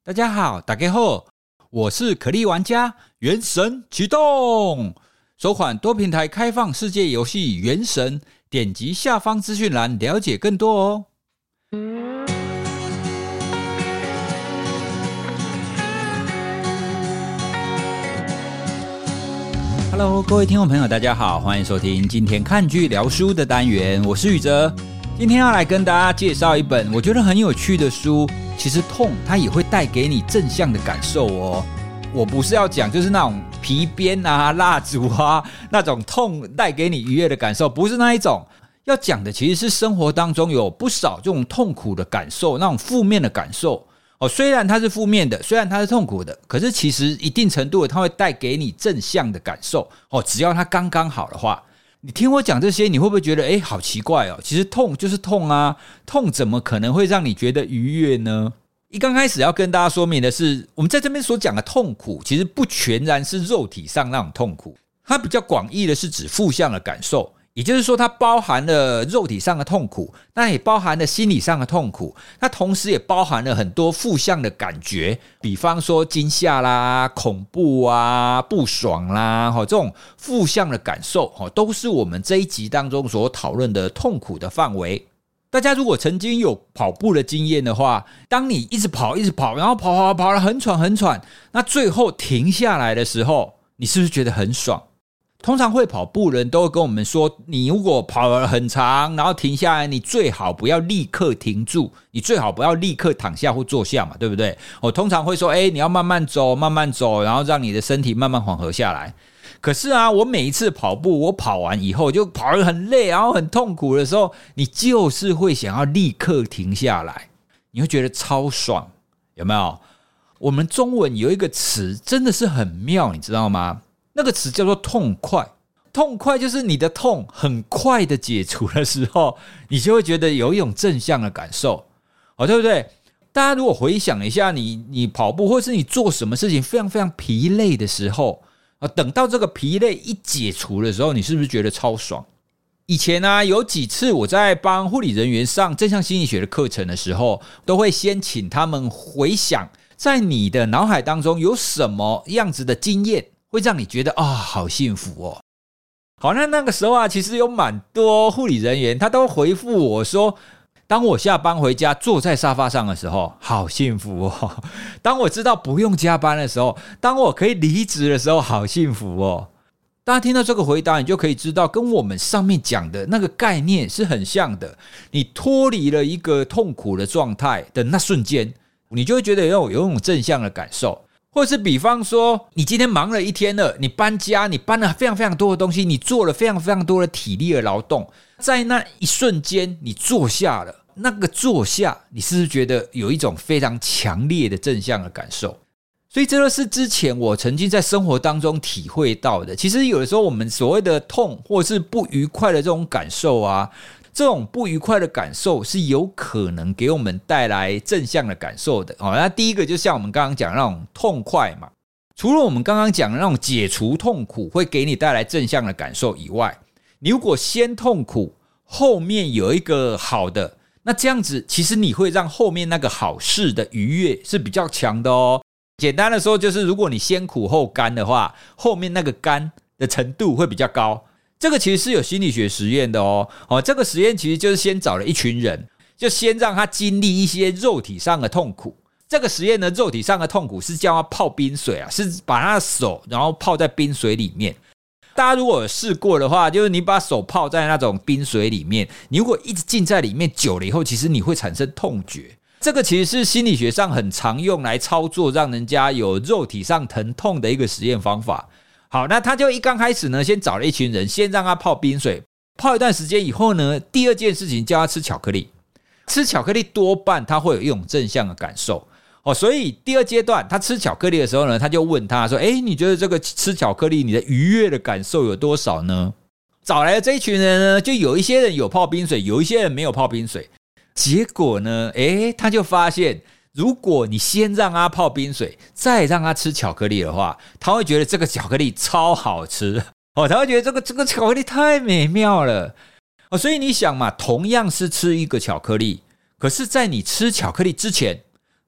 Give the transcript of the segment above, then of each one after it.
大家好，大家好，我是可莉玩家，原神启动，首款多平台开放世界游戏原神，点击下方资讯栏了解更多哦。Hello， 各位听众朋友，大家好，欢迎收听今天看剧聊书的单元，我是宇哲。今天要来跟大家介绍一本我觉得很有趣的书。其实痛它也会带给你正向的感受哦。我不是要讲就是那种皮鞭啊、蜡烛啊那种痛带给你愉悦的感受，不是那一种。要讲的其实是生活当中有不少这种痛苦的感受，那种负面的感受。虽然它是负面的，虽然它是痛苦的，可是其实一定程度的它会带给你正向的感受。只要它刚刚好的话。你听我讲这些，你会不会觉得好奇怪哦？其实痛就是痛啊，痛怎么可能会让你觉得愉悦呢？一刚开始要跟大家说明的是，我们在这边所讲的痛苦，其实不全然是肉体上那种痛苦，它比较广义的是指负向的感受。也就是说，它包含了肉体上的痛苦，那也包含了心理上的痛苦，那同时也包含了很多负向的感觉，比方说惊吓啦、恐怖啊、不爽啦，这种负向的感受都是我们这一集当中所讨论的痛苦的范围。大家如果曾经有跑步的经验的话，当你一直跑，然后跑了很喘，那最后停下来的时候，你是不是觉得很爽？通常会跑步的人都会跟我们说，你如果跑了很长然后停下来，你最好不要立刻停住，你最好不要立刻躺下或坐下嘛，对不对？我通常会说你要慢慢走，然后让你的身体慢慢缓和下来。可是啊，我每一次跑步，我跑完以后就跑得很累，然后很痛苦的时候，你就是会想要立刻停下来，你会觉得超爽，有没有？我们中文有一个词真的是很妙，你知道吗？那个词叫做痛快。痛快就是你的痛很快的解除的时候，你就会觉得有一种正向的感受，对不对？大家如果回想一下，你跑步或是你做什么事情非常非常疲累的时候，等到这个疲累一解除的时候，你是不是觉得超爽？以前啊，有几次我在帮护理人员上正向心理学的课程的时候，都会先请他们回想，在你的脑海当中有什么样子的经验会让你觉得好幸福哦。好，那个时候啊，其实有蛮多护理人员他都回复我说，当我下班回家坐在沙发上的时候，好幸福哦。当我知道不用加班的时候，当我可以离职的时候，好幸福哦。大家听到这个回答，你就可以知道跟我们上面讲的那个概念是很像的。你脱离了一个痛苦的状态的那瞬间，你就会觉得有一种正向的感受。或者是比方说，你今天忙了一天了，你搬家，你搬了非常非常多的东西，你做了非常非常多的体力的劳动，在那一瞬间你坐下了，那个坐下，你是不是觉得有一种非常强烈的正向的感受？所以这就是之前我曾经在生活当中体会到的。其实有的时候我们所谓的痛或是不愉快的这种感受啊，这种不愉快的感受是有可能给我们带来正向的感受的。那第一个就像我们刚刚讲的那种痛快嘛，除了我们刚刚讲的那种解除痛苦会给你带来正向的感受以外，你如果先痛苦后面有一个好的，那这样子其实你会让后面那个好事的愉悦是比较强的哦。简单的说就是如果你先苦后甘的话，后面那个甘的程度会比较高。这个其实是有心理学实验的哦。这个实验其实就是先找了一群人，就先让他经历一些肉体上的痛苦。这个实验呢，肉体上的痛苦是叫他泡冰水啊，是把他的手然后泡在冰水里面。大家如果有试过的话，就是你把手泡在那种冰水里面，你如果一直浸在里面久了以后，其实你会产生痛觉。这个其实是心理学上很常用来操作让人家有肉体上疼痛的一个实验方法。好，那他就一刚开始呢，先找了一群人，先让他泡冰水，泡一段时间以后呢，第二件事情叫他吃巧克力。吃巧克力多半他会有一种正向的感受。所以第二阶段他吃巧克力的时候呢，他就问他说，你觉得这个吃巧克力你的愉悦的感受有多少呢？找来的这一群人呢，就有一些人有泡冰水，有一些人没有泡冰水。结果呢，他就发现，如果你先让他泡冰水，再让他吃巧克力的话，他会觉得这个巧克力超好吃，他会觉得这个巧克力太美妙了。所以你想嘛，同样是吃一个巧克力，可是在你吃巧克力之前，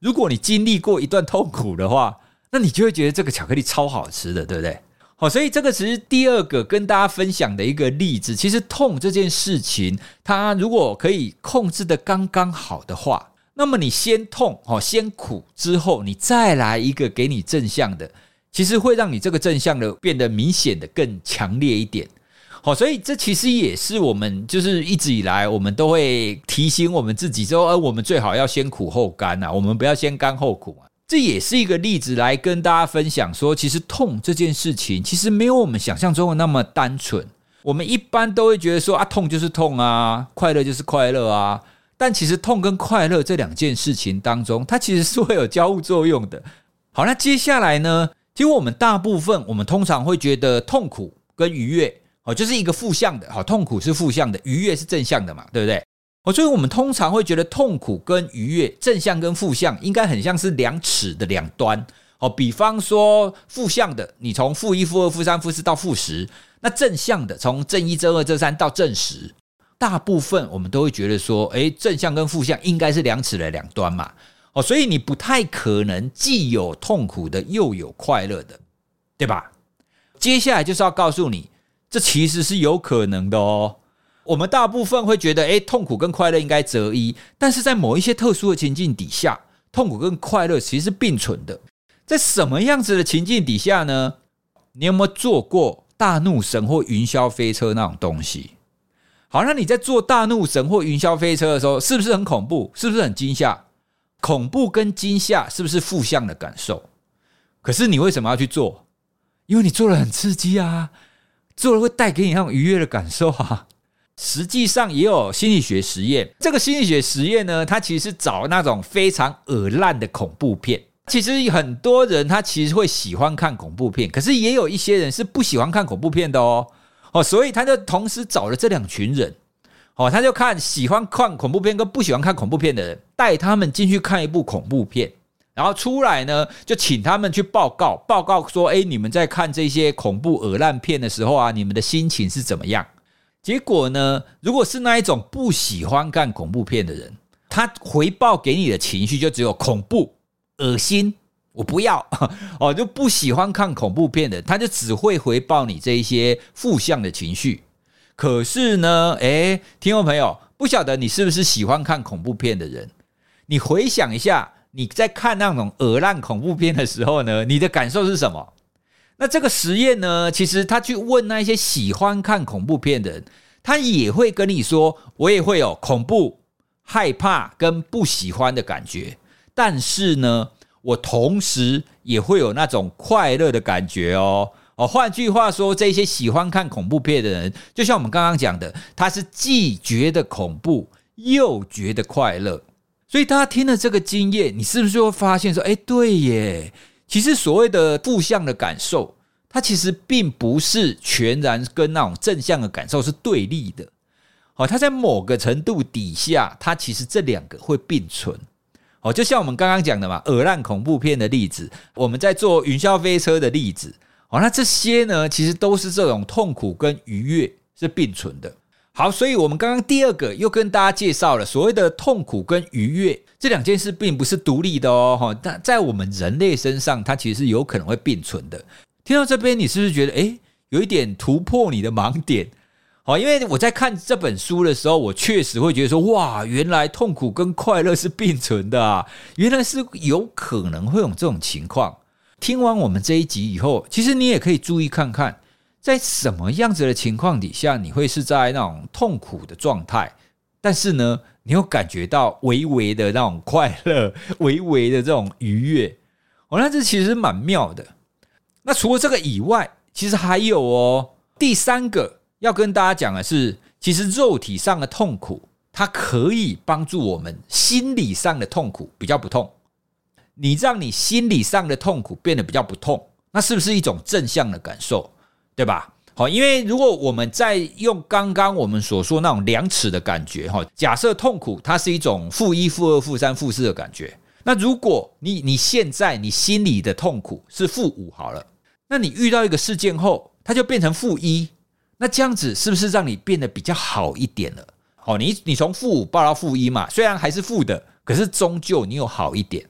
如果你经历过一段痛苦的话，那你就会觉得这个巧克力超好吃的，对不对？所以这个只是第二个跟大家分享的一个例子。其实痛这件事情，它如果可以控制的刚刚好的话，那么你先痛先苦之后，你再来一个给你正向的，其实会让你这个正向的变得明显的更强烈一点。所以这其实也是我们就是一直以来我们都会提醒我们自己说，我们最好要先苦后甘啊，我们不要先甘后苦啊。这也是一个例子来跟大家分享说，其实痛这件事情其实没有我们想象中的那么单纯。我们一般都会觉得说痛就是痛啊，快乐就是快乐啊，但其实痛跟快乐这两件事情当中，它其实是会有交互作用的。好，那接下来呢，其实我们大部分我们通常会觉得痛苦跟愉悦就是一个负向的，痛苦是负向的，愉悦是正向的嘛，对不对？所以我们通常会觉得痛苦跟愉悦，正向跟负向应该很像是两尺的两端。比方说负向的，你从负1、负2、负3、负4到负10，那正向的从正1、正2、正3到正10。大部分我们都会觉得说，正向跟负向应该是两尺的两端嘛。所以你不太可能既有痛苦的又有快乐的，对吧？接下来就是要告诉你，这其实是有可能的哦。我们大部分会觉得痛苦跟快乐应该择一，但是在某一些特殊的情境底下，痛苦跟快乐其实是并存的。在什么样子的情境底下呢？你有没有坐过大怒神或云霄飞车那种东西？好，那你在坐大怒神或云霄飞车的时候，是不是很恐怖？是不是很惊吓？恐怖跟惊吓是不是负向的感受？可是你为什么要去做？因为你做了很刺激啊，做了会带给你那种愉悦的感受啊。实际上也有心理学实验，这个心理学实验呢，它其实是找那种非常恶烂的恐怖片。其实很多人他其实会喜欢看恐怖片，可是也有一些人是不喜欢看恐怖片的哦。所以他就同时找了这两群人，他就看喜欢看恐怖片跟不喜欢看恐怖片的人，带他们进去看一部恐怖片，然后出来呢，就请他们去报告说，你们在看这些恐怖恶烂片的时候啊，你们的心情是怎么样？结果呢，如果是那一种不喜欢看恐怖片的人，他回报给你的情绪就只有恐怖、恶心，我不要就不喜欢看恐怖片的人，他就只会回报你这一些负向的情绪。可是呢，听众朋友，不晓得你是不是喜欢看恐怖片的人？你回想一下，你在看那种恶烂恐怖片的时候呢，你的感受是什么？那这个实验呢，其实他去问那些喜欢看恐怖片的人，他也会跟你说，我也会有恐怖、害怕跟不喜欢的感觉，但是呢，我同时也会有那种快乐的感觉哦。换句话说，这些喜欢看恐怖片的人，就像我们刚刚讲的，他是既觉得恐怖又觉得快乐。所以大家听了这个经验，你是不是会发现说，对耶，其实所谓的负向的感受，它其实并不是全然跟那种正向的感受是对立的。它在某个程度底下，它其实这两个会并存。就像我们刚刚讲的嘛，恶烂恐怖片的例子，我们在做云霄飞车的例子，那这些呢，其实都是这种痛苦跟愉悦是并存的。好，所以我们刚刚第二个又跟大家介绍了所谓的痛苦跟愉悦这两件事并不是独立的哦，但在我们人类身上它其实是有可能会并存的。听到这边你是不是觉得有一点突破你的盲点？因为我在看这本书的时候，我确实会觉得说，哇，原来痛苦跟快乐是并存的啊，原来是有可能会有这种情况。听完我们这一集以后，其实你也可以注意看看，在什么样子的情况底下，你会是在那种痛苦的状态，但是呢，你又感觉到微微的那种快乐，微微的这种愉悦。那这其实蛮妙的。那除了这个以外，其实还有第三个要跟大家讲的是，其实肉体上的痛苦，它可以帮助我们心理上的痛苦比较不痛。你让你心理上的痛苦变得比较不痛，那是不是一种正向的感受？对吧？因为如果我们在用刚刚我们所说那种两尺的感觉，假设痛苦它是一种负1、负2、负3、负4的感觉，那如果你现在你心里的痛苦是负5好了，那你遇到一个事件后，它就变成负1，那这样子是不是让你变得比较好一点了？你从负5报到负1嘛，虽然还是负的，可是终究你有好一点。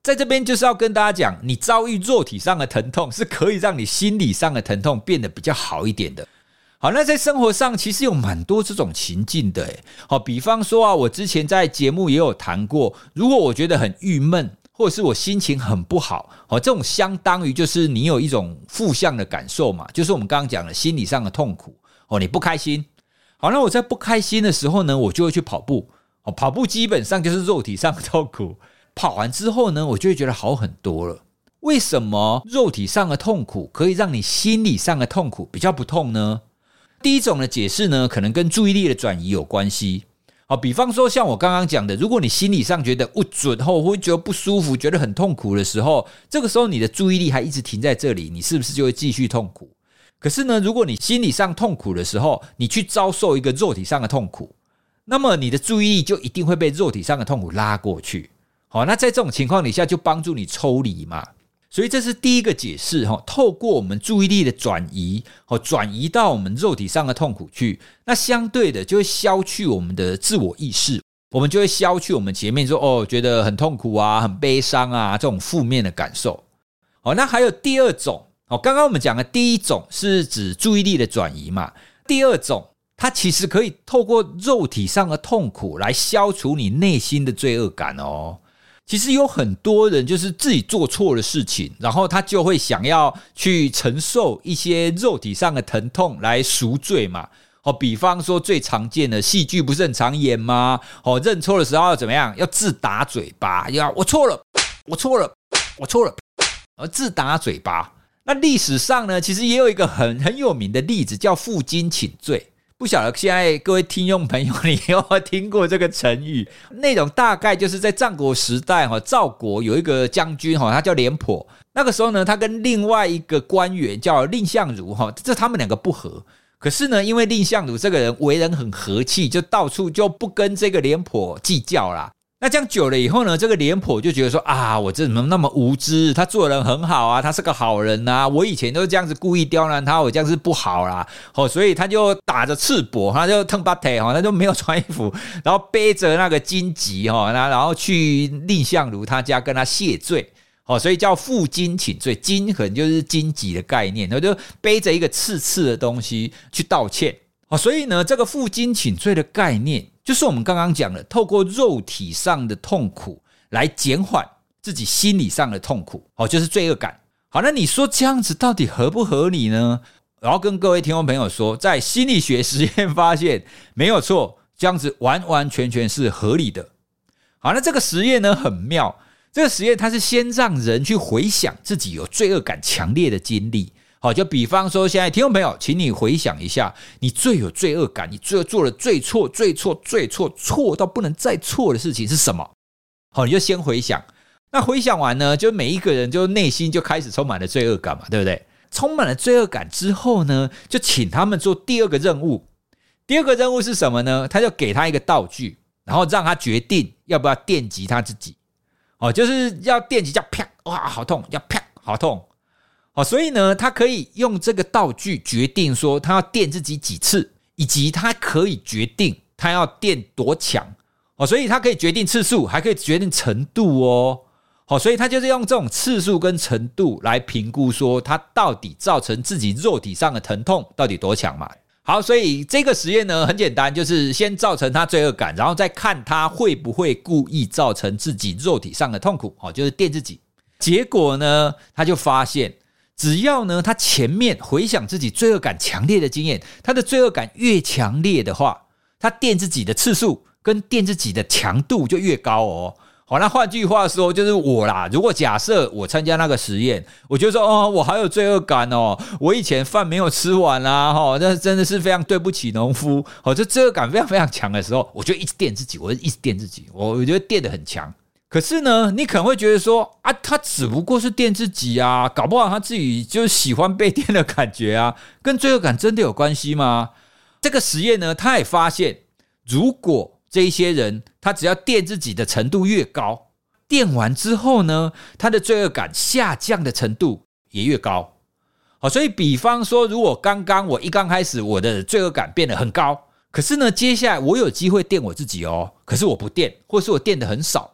在这边就是要跟大家讲，你遭遇肉体上的疼痛是可以让你心理上的疼痛变得比较好一点的。好，那在生活上其实有蛮多这种情境的耶。好，比方说啊，我之前在节目也有谈过，如果我觉得很郁闷，或者是我心情很不好，这种相当于就是你有一种负向的感受嘛，就是我们刚刚讲的心理上的痛苦。你不开心。好，那我在不开心的时候呢，我就会去跑步。跑步基本上就是肉体上的痛苦。跑完之后呢，我就会觉得好很多了。为什么肉体上的痛苦可以让你心理上的痛苦比较不痛呢？第一种的解释呢，可能跟注意力的转移有关系。好，比方说像我刚刚讲的，如果你心理上觉得不准后，会觉得不舒服，觉得很痛苦的时候，这个时候你的注意力还一直停在这里，你是不是就会继续痛苦？可是呢，如果你心理上痛苦的时候，你去遭受一个肉体上的痛苦，那么你的注意力就一定会被肉体上的痛苦拉过去。好，那在这种情况底下就帮助你抽离嘛。所以这是第一个解释，透过我们注意力的转移，转移到我们肉体上的痛苦去，那相对的就会消去我们的自我意识，我们就会消去我们前面说觉得很痛苦啊，很悲伤啊这种负面的感受。那还有第二种，刚刚我们讲的第一种是指注意力的转移嘛，第二种它其实可以透过肉体上的痛苦来消除你内心的罪恶感哦。其实有很多人就是自己做错了事情，然后他就会想要去承受一些肉体上的疼痛来赎罪嘛。比方说最常见的戏剧不是很常演吗？认错的时候要怎么样？要自打嘴巴，要我错了，我错了，我错了，自打嘴巴。那历史上呢，其实也有一个很有名的例子，叫负荆请罪。不晓得现在各位听众朋友你有没有听过这个成语？内容大概就是在战国时代，赵国有一个将军，他叫廉颇。那个时候呢，他跟另外一个官员叫蔺相如，这他们两个不合。可是呢，因为蔺相如这个人为人很和气，就到处就不跟这个廉颇计较啦。那这样久了以后呢，这个廉颇就觉得说啊，我这怎么那么无知？他做人很好啊，他是个好人啊，我以前都这样子故意刁难他，我这样是不好啦。所以他就打着赤膊，他就腾巴腿，他就没有穿衣服，然后背着那个荆棘，然后去蔺相如他家跟他谢罪。所以叫负荆请罪，荆可能就是荆棘的概念，他就背着一个刺刺的东西去道歉。所以呢，这个负荆请罪的概念就是我们刚刚讲的，透过肉体上的痛苦来减缓自己心理上的痛苦，就是罪恶感。好，那你说这样子到底合不合理呢？然后跟各位听众朋友说，在心理学实验发现没有错，这样子完完全全是合理的。好，那这个实验呢很妙，这个实验它是先让人去回想自己有罪恶感强烈的经历。好，就比方说现在听众朋友，请你回想一下，你最有罪恶感，你最做了最错到不能再错的事情是什么？好，你就先回想。那回想完呢，就每一个人就内心就开始充满了罪恶感嘛，对不对？充满了罪恶感之后呢，就请他们做第二个任务。第二个任务是什么呢？他就给他一个道具，然后让他决定要不要电击他自己。就是要电击叫啪，哇好痛，要啪好痛。所以呢，他可以用这个道具决定说他要电自己几次，以及他可以决定他要电多强。所以他可以决定次数，还可以决定程度哦。所以他就是用这种次数跟程度来评估说他到底造成自己肉体上的疼痛到底多强嘛。好，所以这个实验呢很简单，就是先造成他罪恶感，然后再看他会不会故意造成自己肉体上的痛苦，就是电自己。结果呢，他就发现只要呢他前面回想自己罪恶感强烈的经验，他的罪恶感越强烈的话，他电自己的次数跟电自己的强度就越高哦。好，那换句话说就是我啦，如果假设我参加那个实验，我就说我好有罪恶感哦，我以前饭没有吃完啦，这真的是非常对不起农夫，这罪恶感非常非常强的时候，我就一直电自己，我就一直电自己，我觉得电得很强。可是呢，你可能会觉得说他只不过是电自己啊，搞不好他自己就喜欢被电的感觉啊，跟罪恶感真的有关系吗？这个实验呢，他也发现，如果这一些人他只要电自己的程度越高，电完之后呢，他的罪恶感下降的程度也越高。所以比方说，如果我一刚开始我的罪恶感变得很高，可是呢接下来我有机会电我自己可是我不电，或是我电得很少，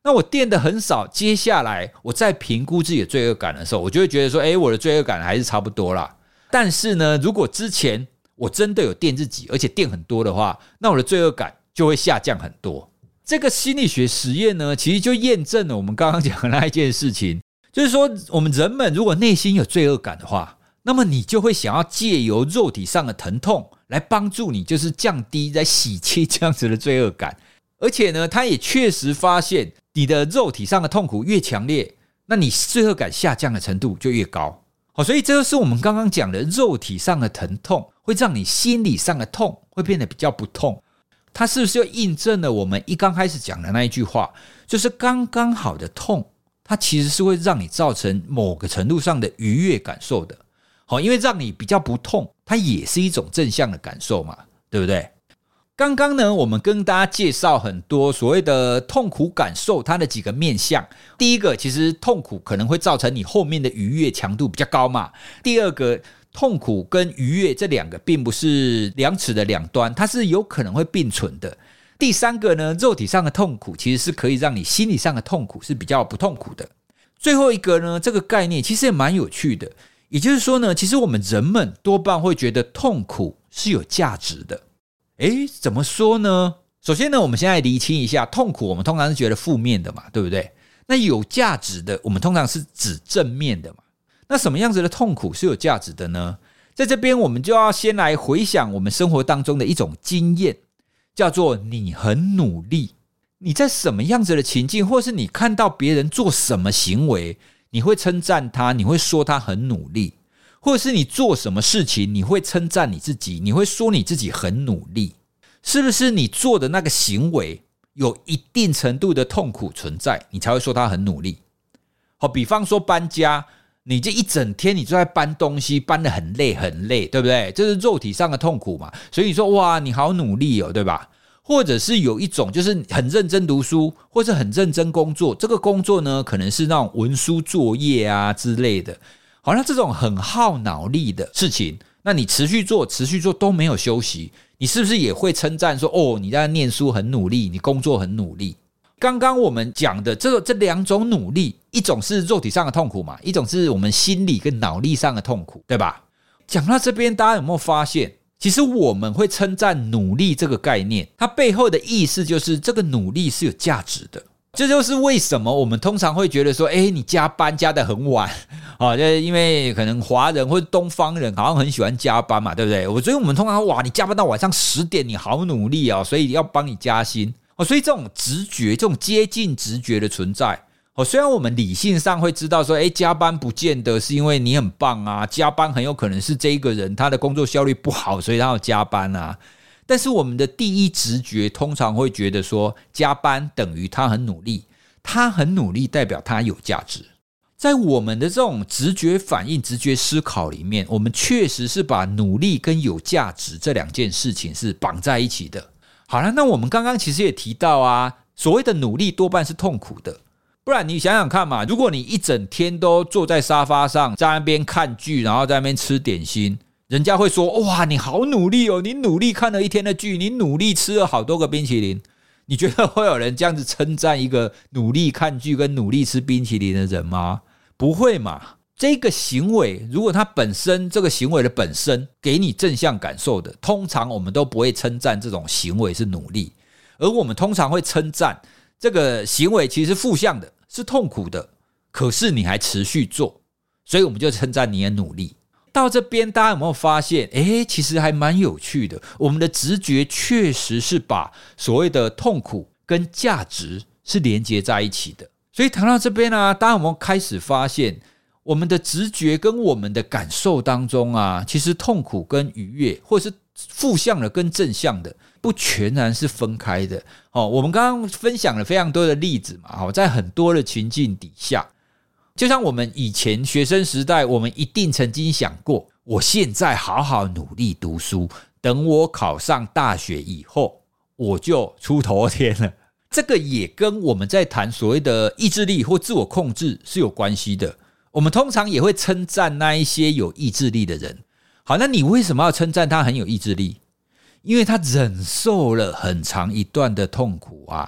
那我垫的很少，接下来我在评估自己的罪恶感的时候，我就会觉得说，我的罪恶感还是差不多啦。但是呢，如果之前我真的有垫自己，而且垫很多的话，那我的罪恶感就会下降很多。这个心理学实验呢，其实就验证了我们刚刚讲的那一件事情，就是说我们人们如果内心有罪恶感的话，那么你就会想要借由肉体上的疼痛来帮助你，就是降低来洗清这样子的罪恶感。而且呢，他也确实发现你的肉体上的痛苦越强烈，那你罪恶感下降的程度就越高。所以这就是我们刚刚讲的肉体上的疼痛会让你心理上的痛会变得比较不痛。它是不是又印证了我们一刚开始讲的那一句话，就是刚刚好的痛，它其实是会让你造成某个程度上的愉悦感受的。因为让你比较不痛，它也是一种正向的感受嘛，对不对？刚刚呢，我们跟大家介绍很多所谓的痛苦感受，它的几个面向。第一个，其实痛苦可能会造成你后面的愉悦强度比较高嘛。第二个，痛苦跟愉悦这两个并不是两尺的两端，它是有可能会并存的。第三个呢，肉体上的痛苦其实是可以让你心理上的痛苦是比较不痛苦的。最后一个呢，这个概念其实也蛮有趣的，也就是说呢，其实我们人们多半会觉得痛苦是有价值的。怎么说呢？首先呢，我们现在厘清一下，痛苦我们通常是觉得负面的嘛，对不对？那有价值的我们通常是指正面的嘛。那什么样子的痛苦是有价值的呢？在这边我们就要先来回想我们生活当中的一种经验，叫做你很努力。你在什么样子的情境，或是你看到别人做什么行为，你会称赞他，你会说他很努力，或者是你做什么事情，你会称赞你自己，你会说你自己很努力。是不是你做的那个行为有一定程度的痛苦存在，你才会说他很努力？比方说搬家，你这一整天你就在搬东西，搬得很累很累，对不对？这是肉体上的痛苦嘛，所以你说哇你好努力哦，对吧？或者是有一种就是很认真读书，或是很认真工作，这个工作呢可能是那种文书作业啊之类的。好，那这种很耗脑力的事情，那你持续做都没有休息，你是不是也会称赞说你在念书很努力，你工作很努力？刚刚我们讲的这两种努力，一种是肉体上的痛苦嘛，一种是我们心理跟脑力上的痛苦，对吧？讲到这边，大家有没有发现，其实我们会称赞努力这个概念，它背后的意思就是这个努力是有价值的。这就是为什么我们通常会觉得说你加班加得很晚就是因为可能华人或者东方人好像很喜欢加班嘛，对不对？所以我们通常哇你加班到晚上10点，你好努力所以要帮你加薪所以这种直觉，这种接近直觉的存在虽然我们理性上会知道说加班不见得是因为你很棒啊，加班很有可能是这一个人他的工作效率不好，所以他要加班啊。但是我们的第一直觉通常会觉得说加班等于他很努力，他很努力代表他有价值。在我们的这种直觉反应、直觉思考里面，我们确实是把努力跟有价值这两件事情是绑在一起的。好了，那我们刚刚其实也提到啊，所谓的努力多半是痛苦的。不然你想想看嘛，如果你一整天都坐在沙发上，在那边看剧，然后在那边吃点心，人家会说哇你好努力哦，你努力看了一天的剧，你努力吃了好多个冰淇淋。你觉得会有人这样子称赞一个努力看剧跟努力吃冰淇淋的人吗？不会嘛。这个行为如果它本身，这个行为的本身给你正向感受的，通常我们都不会称赞这种行为是努力，而我们通常会称赞这个行为其实是负向的，是痛苦的，可是你还持续做，所以我们就称赞你的努力。到这边大家有没有发现其实还蛮有趣的，我们的直觉确实是把所谓的痛苦跟价值是连接在一起的。所以谈到这边大家有没有开始发现我们的直觉跟我们的感受当中其实痛苦跟愉悦，或者是负向的跟正向的不全然是分开的我们刚刚分享了非常多的例子嘛在很多的情境底下，就像我们以前学生时代，我们一定曾经想过，我现在好好努力读书，等我考上大学以后，我就出头天了。这个也跟我们在谈所谓的意志力或自我控制是有关系的。我们通常也会称赞那一些有意志力的人。好，那你为什么要称赞他很有意志力？因为他忍受了很长一段的痛苦啊。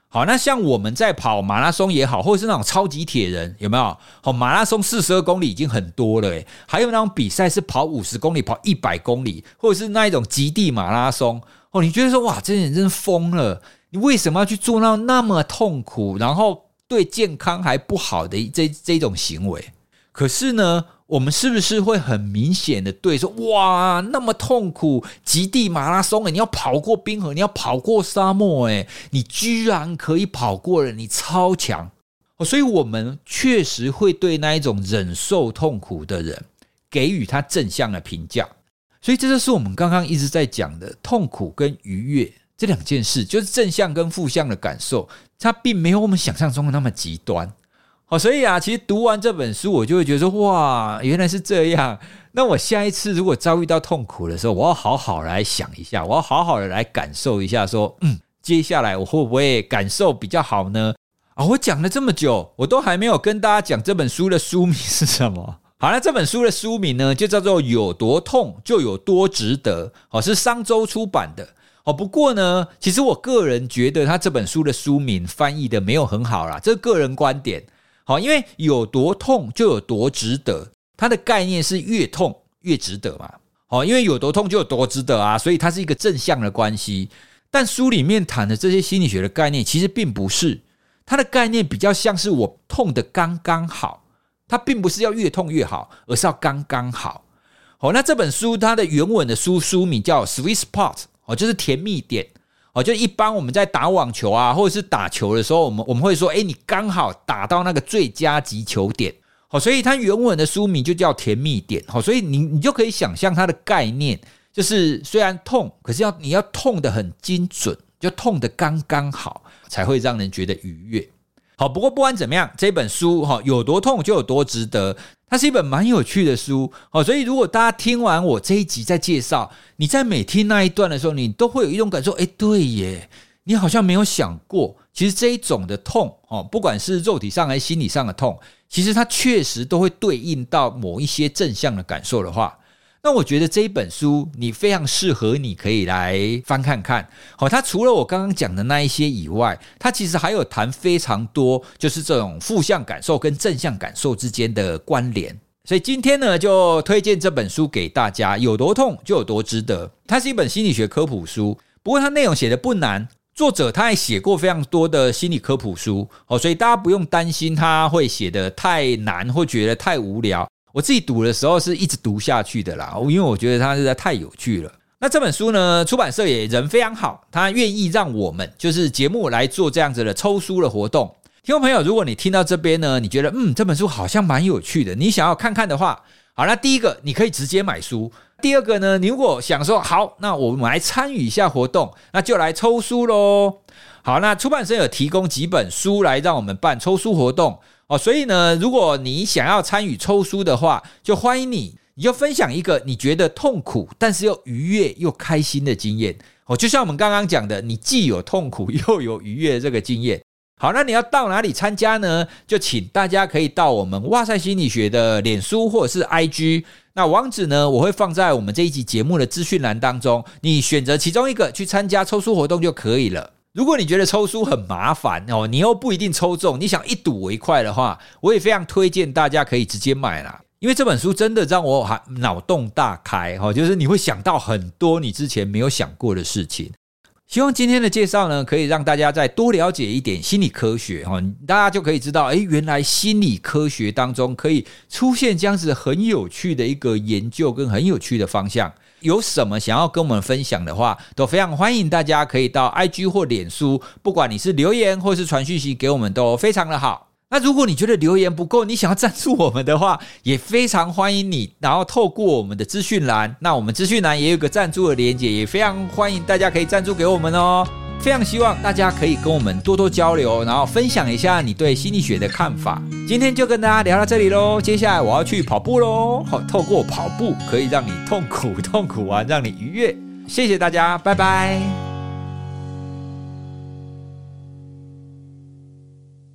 好，那像我们在跑马拉松也好，或者是那种超级铁人，有没有？好，马拉松42公里已经很多了，还有那种比赛是跑50公里、跑100公里，或者是那一种极地马拉松。哦，你觉得说哇，这些人真是疯了！你为什么要去做那么痛苦，然后对健康还不好的这种行为？可是呢，我们是不是会很明显的对说，哇，那么痛苦，极地马拉松，你要跑过冰河，你要跑过沙漠，你居然可以跑过了，你超强。所以我们确实会对那一种忍受痛苦的人给予他正向的评价。所以这就是我们刚刚一直在讲的痛苦跟愉悦这两件事，就是正向跟负向的感受，它并没有我们想象中的那么极端。所以其实读完这本书，我就会觉得说，哇，原来是这样。那我下一次如果遭遇到痛苦的时候，我要好好来想一下，我要好好的来感受一下说，接下来我会不会感受比较好呢？我讲了这么久，我都还没有跟大家讲这本书的书名是什么。好，那这本书的书名呢，就叫做有多痛就有多值得，是商周出版的。不过呢，其实我个人觉得他这本书的书名翻译的没有很好啦，这是个人观点。因为有多痛就有多值得，它的概念是越痛越值得嘛。因为有多痛就有多值得啊，所以它是一个正向的关系。但书里面谈的这些心理学的概念其实并不是，它的概念比较像是我痛的刚刚好，它并不是要越痛越好，而是要刚刚好。那这本书它的原文的书名叫 Sweet Spot， 就是甜蜜点。就一般我们在打网球啊，或者是打球的时候，我们会说，你刚好打到那个最佳击球点。所以它原文的书名就叫甜蜜点。所以你就可以想象它的概念，就是虽然痛，可是你要痛得很精准，就痛得刚刚好，才会让人觉得愉悦。不过不管怎么样，这本书有多痛就有多值得，它是一本蛮有趣的书。所以如果大家听完我这一集在介绍，你在每听那一段的时候，你都会有一种感受，对耶，你好像没有想过，其实这一种的痛，不管是肉体上还是心理上的痛，其实它确实都会对应到某一些正向的感受的话，那我觉得这一本书你非常适合你可以来翻看看。它除了我刚刚讲的那一些以外，它其实还有谈非常多就是这种负向感受跟正向感受之间的关联。所以今天呢，就推荐这本书给大家，有多痛就有多值得。它是一本心理学科普书，不过它内容写的不难，作者他也写过非常多的心理科普书，所以大家不用担心他会写的太难或觉得太无聊。我自己读的时候是一直读下去的啦，因为我觉得它实在太有趣了。那这本书呢，出版社也人非常好，他愿意让我们就是节目来做这样子的抽书的活动。听众朋友，如果你听到这边呢，你觉得这本书好像蛮有趣的，你想要看看的话，好，那第一个你可以直接买书。第二个呢，你如果想说好，那我们来参与一下活动，那就来抽书咯。好，那出版社有提供几本书来让我们办抽书活动。所以呢，如果你想要参与抽书的话，就欢迎你就分享一个你觉得痛苦但是又愉悦又开心的经验。就像我们刚刚讲的，你既有痛苦又有愉悦的这个经验。好，那你要到哪里参加呢？就请大家可以到我们哇塞心理学的脸书或者是 IG， 那网址呢，我会放在我们这一集节目的资讯栏当中，你选择其中一个去参加抽书活动就可以了。如果你觉得抽书很麻烦，你又不一定抽中，你想一睹为快的话，我也非常推荐大家可以直接买啦。因为这本书真的让我脑洞大开，就是你会想到很多你之前没有想过的事情。希望今天的介绍呢，可以让大家再多了解一点心理科学，大家就可以知道，原来心理科学当中可以出现这样子很有趣的一个研究跟很有趣的方向。有什么想要跟我们分享的话，都非常欢迎大家可以到 IG 或脸书，不管你是留言或是传讯息给我们都非常的好。那如果你觉得留言不够，你想要赞助我们的话，也非常欢迎你，然后透过我们的资讯栏，那我们资讯栏也有个赞助的连结，也非常欢迎大家可以赞助给我们哦。非常希望大家可以跟我们多多交流，然后分享一下你对心理学的看法。今天就跟大家聊到这里咯，接下来我要去跑步咯。透过跑步可以让你痛苦完，让你愉悦。谢谢大家，拜拜。